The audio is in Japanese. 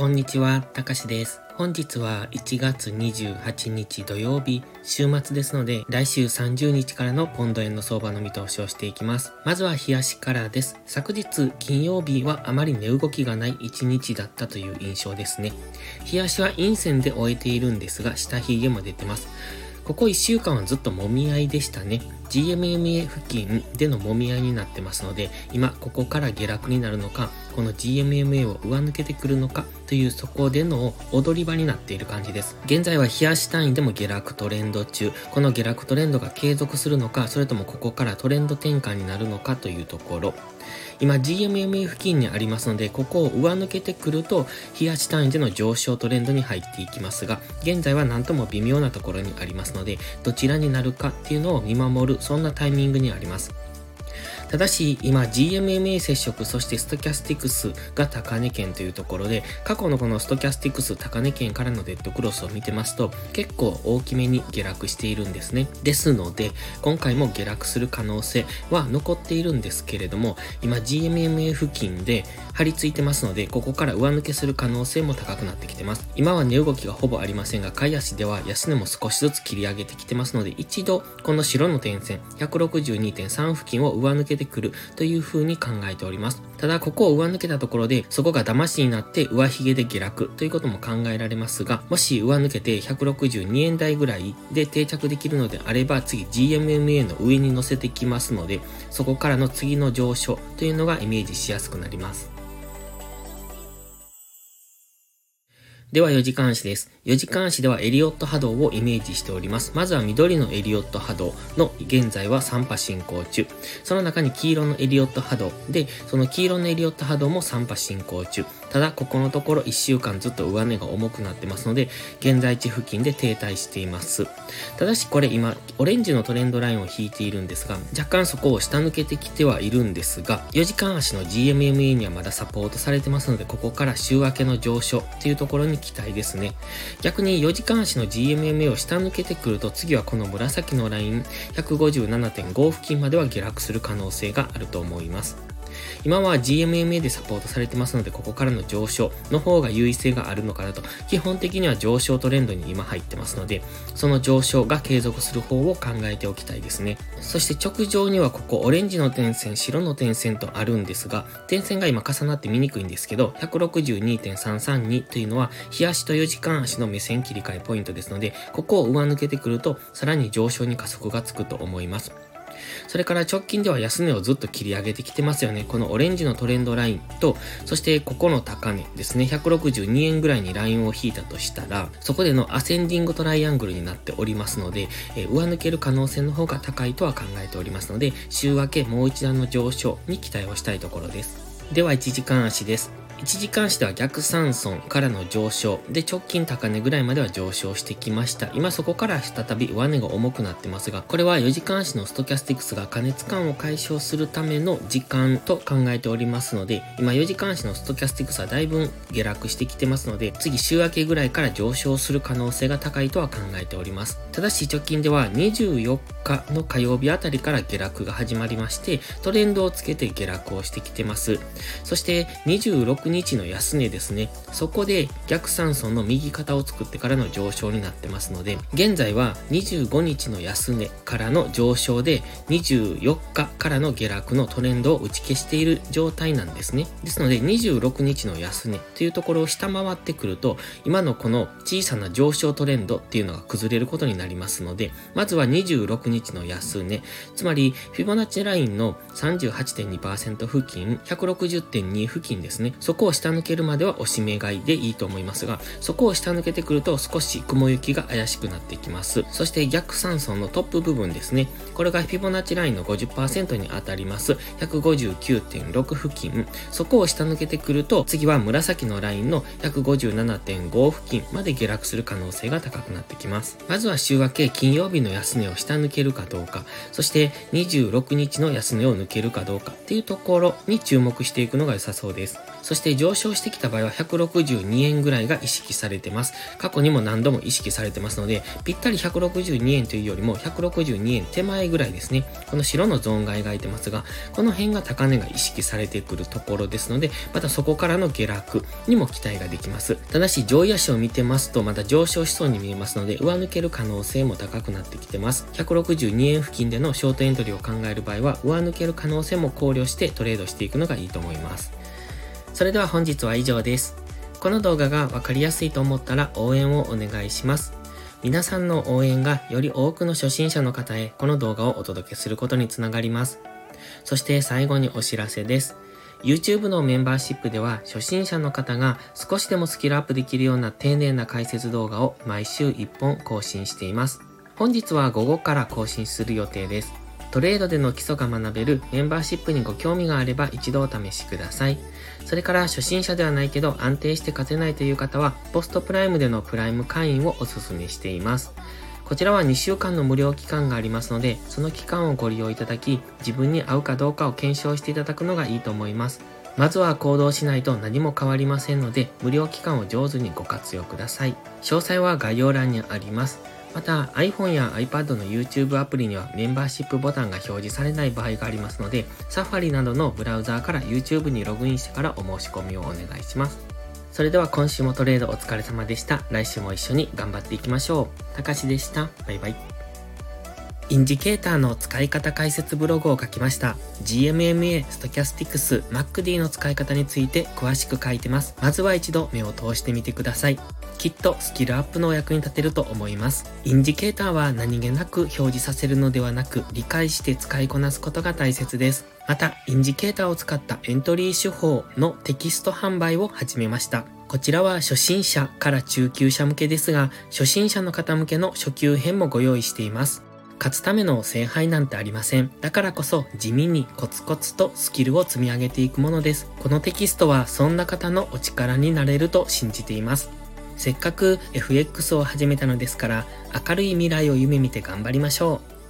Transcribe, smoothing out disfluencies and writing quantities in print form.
こんにちは、たかしです。本日は1月28日土曜日、週末ですので、来週30日からのポンド円の相場の見通しをしていきます。まずは日足からです。昨日金曜日はあまり値動きがない一日だったという印象ですね。日足は陰線で終えているんですが、下髭も出てます。ここ1週間はずっと揉み合いでしたね。GMMA 付近での揉み合いになってますので、今ここから下落になるのか、この GMMA を上抜けてくるのかというそこでの踊り場になっている感じです。現在は日足単位でも下落トレンド中、この下落トレンドが継続するのか、それともここからトレンド転換になるのかというところ。今 GMMA 付近にありますので、ここを上抜けてくると日足単位での上昇トレンドに入っていきますが、現在は何とも微妙なところにありますので、どちらになるかっていうのを見守る、そんなタイミングにあります。ただし、今 GMMA 接触、そしてストキャスティクスが高値圏というところで、過去のこのストキャスティクス高値圏からのデッドクロスを見てますと、結構大きめに下落しているんですね。ですので、今回も下落する可能性は残っているんですけれども、今 GMMA 付近で張り付いてますので、ここから上抜けする可能性も高くなってきてます。今は値動きがほぼありませんが、買い足では安値も少しずつ切り上げてきてますので、一度この白の点線 162.3 付近を上抜けてくるという風に考えております。ただここを上抜けたところでそこが騙しになって上髭で下落ということも考えられますが、もし上抜けて162円台ぐらいで定着できるのであれば、次 GMMA の上に乗せてきますので、そこからの次の上昇というのがイメージしやすくなります。では4時間足です。4時間足ではエリオット波動をイメージしております。まずは緑のエリオット波動の現在は3波進行中。その中に黄色のエリオット波動で、その黄色のエリオット波動も3波進行中。ただ、ここのところ1週間ずっと上値が重くなってますので、現在地付近で停滞しています。ただしこれ今、オレンジのトレンドラインを引いているんですが、若干そこを下抜けてきてはいるんですが、4時間足の GMMA にはまだサポートされてますので、ここから週明けの上昇というところに期待ですね。逆に4時間足の GMMA を下抜けてくると、次はこの紫のライン 157.5 付近までは下落する可能性があると思います。今は GMMA でサポートされてますので、ここからの上昇の方が優位性があるのかなと。基本的には上昇トレンドに今入ってますので、その上昇が継続する方を考えておきたいですね。そして直上にはここオレンジの点線、白の点線とあるんですが、点線が今重なって見にくいんですけど、162.332 というのは日足と4時間足の目線切り替えポイントですので、ここを上抜けてくるとさらに上昇に加速がつくと思います。それから直近では安値をずっと切り上げてきてますよね。このオレンジのトレンドラインと、そしてここの高値ですね。162円ぐらいにラインを引いたとしたら、そこでのアセンディングトライアングルになっておりますので、上抜ける可能性の方が高いとは考えておりますので、週明けもう一段の上昇に期待をしたいところです。では1時間足です。1時間足では逆三尊からの上昇で、直近高値ぐらいまでは上昇してきました。今そこから再び上値が重くなってますが、これは4時間足のストキャスティクスが過熱感を解消するための時間と考えておりますので、今4時間足のストキャスティクスはだいぶ下落してきてますので、次週明けぐらいから上昇する可能性が高いとは考えております。ただし直近では24日の火曜日あたりから下落が始まりまして、トレンドをつけて下落をしてきてます。そして26日の安値ですね。そこで逆三尊の右肩を作ってからの上昇になってますので、現在は25日の安値からの上昇で24日からの下落のトレンドを打ち消している状態なんですね。ですので26日の安値というところを下回ってくると、今のこの小さな上昇トレンドっていうのが崩れることになりますので、まずは26日の安値、つまりフィボナッチラインの 38.2% 付近、160.2 付近ですね。そこを下抜けるまでは押し目買いでいいと思いますが、そこを下抜けてくると少し雲行きが怪しくなってきます。そして逆三尊のトップ部分ですね。これがフィボナッチラインの 50% に当たります 159.6 付近。そこを下抜けてくると、次は紫のラインの 157.5 付近まで下落する可能性が高くなってきます。まずは週明け金曜日の安値を下抜けるかどうか、そして26日の安値を抜けるかどうかっていうところに注目していくのが良さそうです。そしてして上昇してきた場合は162円ぐらいが意識されてます。過去にも何度も意識されてますので、ぴったり162円というよりも162円手前ぐらいですね。この白のゾーンが描いてますが、この辺が高値が意識されてくるところですので、またそこからの下落にも期待ができます。ただし上位足を見てますとまた上昇しそうに見えますので、上抜ける可能性も高くなってきてます。162円付近でのショートエントリーを考える場合は、上抜ける可能性も考慮してトレードしていくのがいいと思います。それでは本日は以上です。この動画がわかりやすいと思ったら応援をお願いします。皆さんの応援がより多くの初心者の方へこの動画をお届けすることにつながります。そして最後にお知らせです。YouTube のメンバーシップでは初心者の方が少しでもスキルアップできるような丁寧な解説動画を毎週1本更新しています。本日は午後から更新する予定です。トレードでの基礎が学べるメンバーシップにご興味があれば一度お試しください。それから初心者ではないけど安定して勝てないという方はポストプライムでのプライム会員をお勧めしています。こちらは2週間の無料期間がありますので、その期間をご利用いただき、自分に合うかどうかを検証していただくのがいいと思います。まずは行動しないと何も変わりませんので、無料期間を上手にご活用ください。詳細は概要欄にあります。また iPhone や iPad の YouTube アプリにはメンバーシップボタンが表示されない場合がありますので、Safari などのブラウザーから YouTube にログインしてからお申し込みをお願いします。それでは今週もトレードお疲れ様でした。来週も一緒に頑張っていきましょう。たかしでした。バイバイ。インジケーターの使い方解説ブログを書きました。GMMA、ストキャスティクス、MACD の使い方について詳しく書いてます。まずは一度目を通してみてください。きっとスキルアップのお役に立てると思います。インジケーターは何気なく表示させるのではなく、理解して使いこなすことが大切です。また、インジケーターを使ったエントリー手法のテキスト販売を始めました。こちらは初心者から中級者向けですが、初心者の方向けの初級編もご用意しています。勝つための聖杯なんてありません。だからこそ地味にコツコツとスキルを積み上げていくものです。このテキストはそんな方のお力になれると信じています。せっかく FX を始めたのですから、明るい未来を夢見て頑張りましょう。